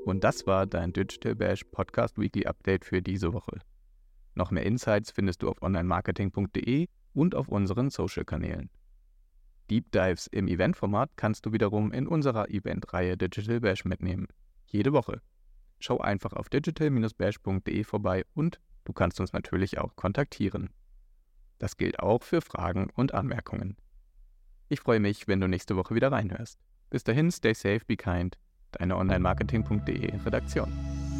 Und das war dein Digital Bash Podcast Weekly Update für diese Woche. Noch mehr Insights findest du auf onlinemarketing.de und auf unseren Social-Kanälen. Deep Dives im Eventformat kannst du wiederum in unserer Eventreihe Digital Bash mitnehmen. Jede Woche. Schau einfach auf digital-bash.de vorbei und du kannst uns natürlich auch kontaktieren. Das gilt auch für Fragen und Anmerkungen. Ich freue mich, wenn du nächste Woche wieder reinhörst. Bis dahin, stay safe, be kind. Deine onlinemarketing.de Redaktion.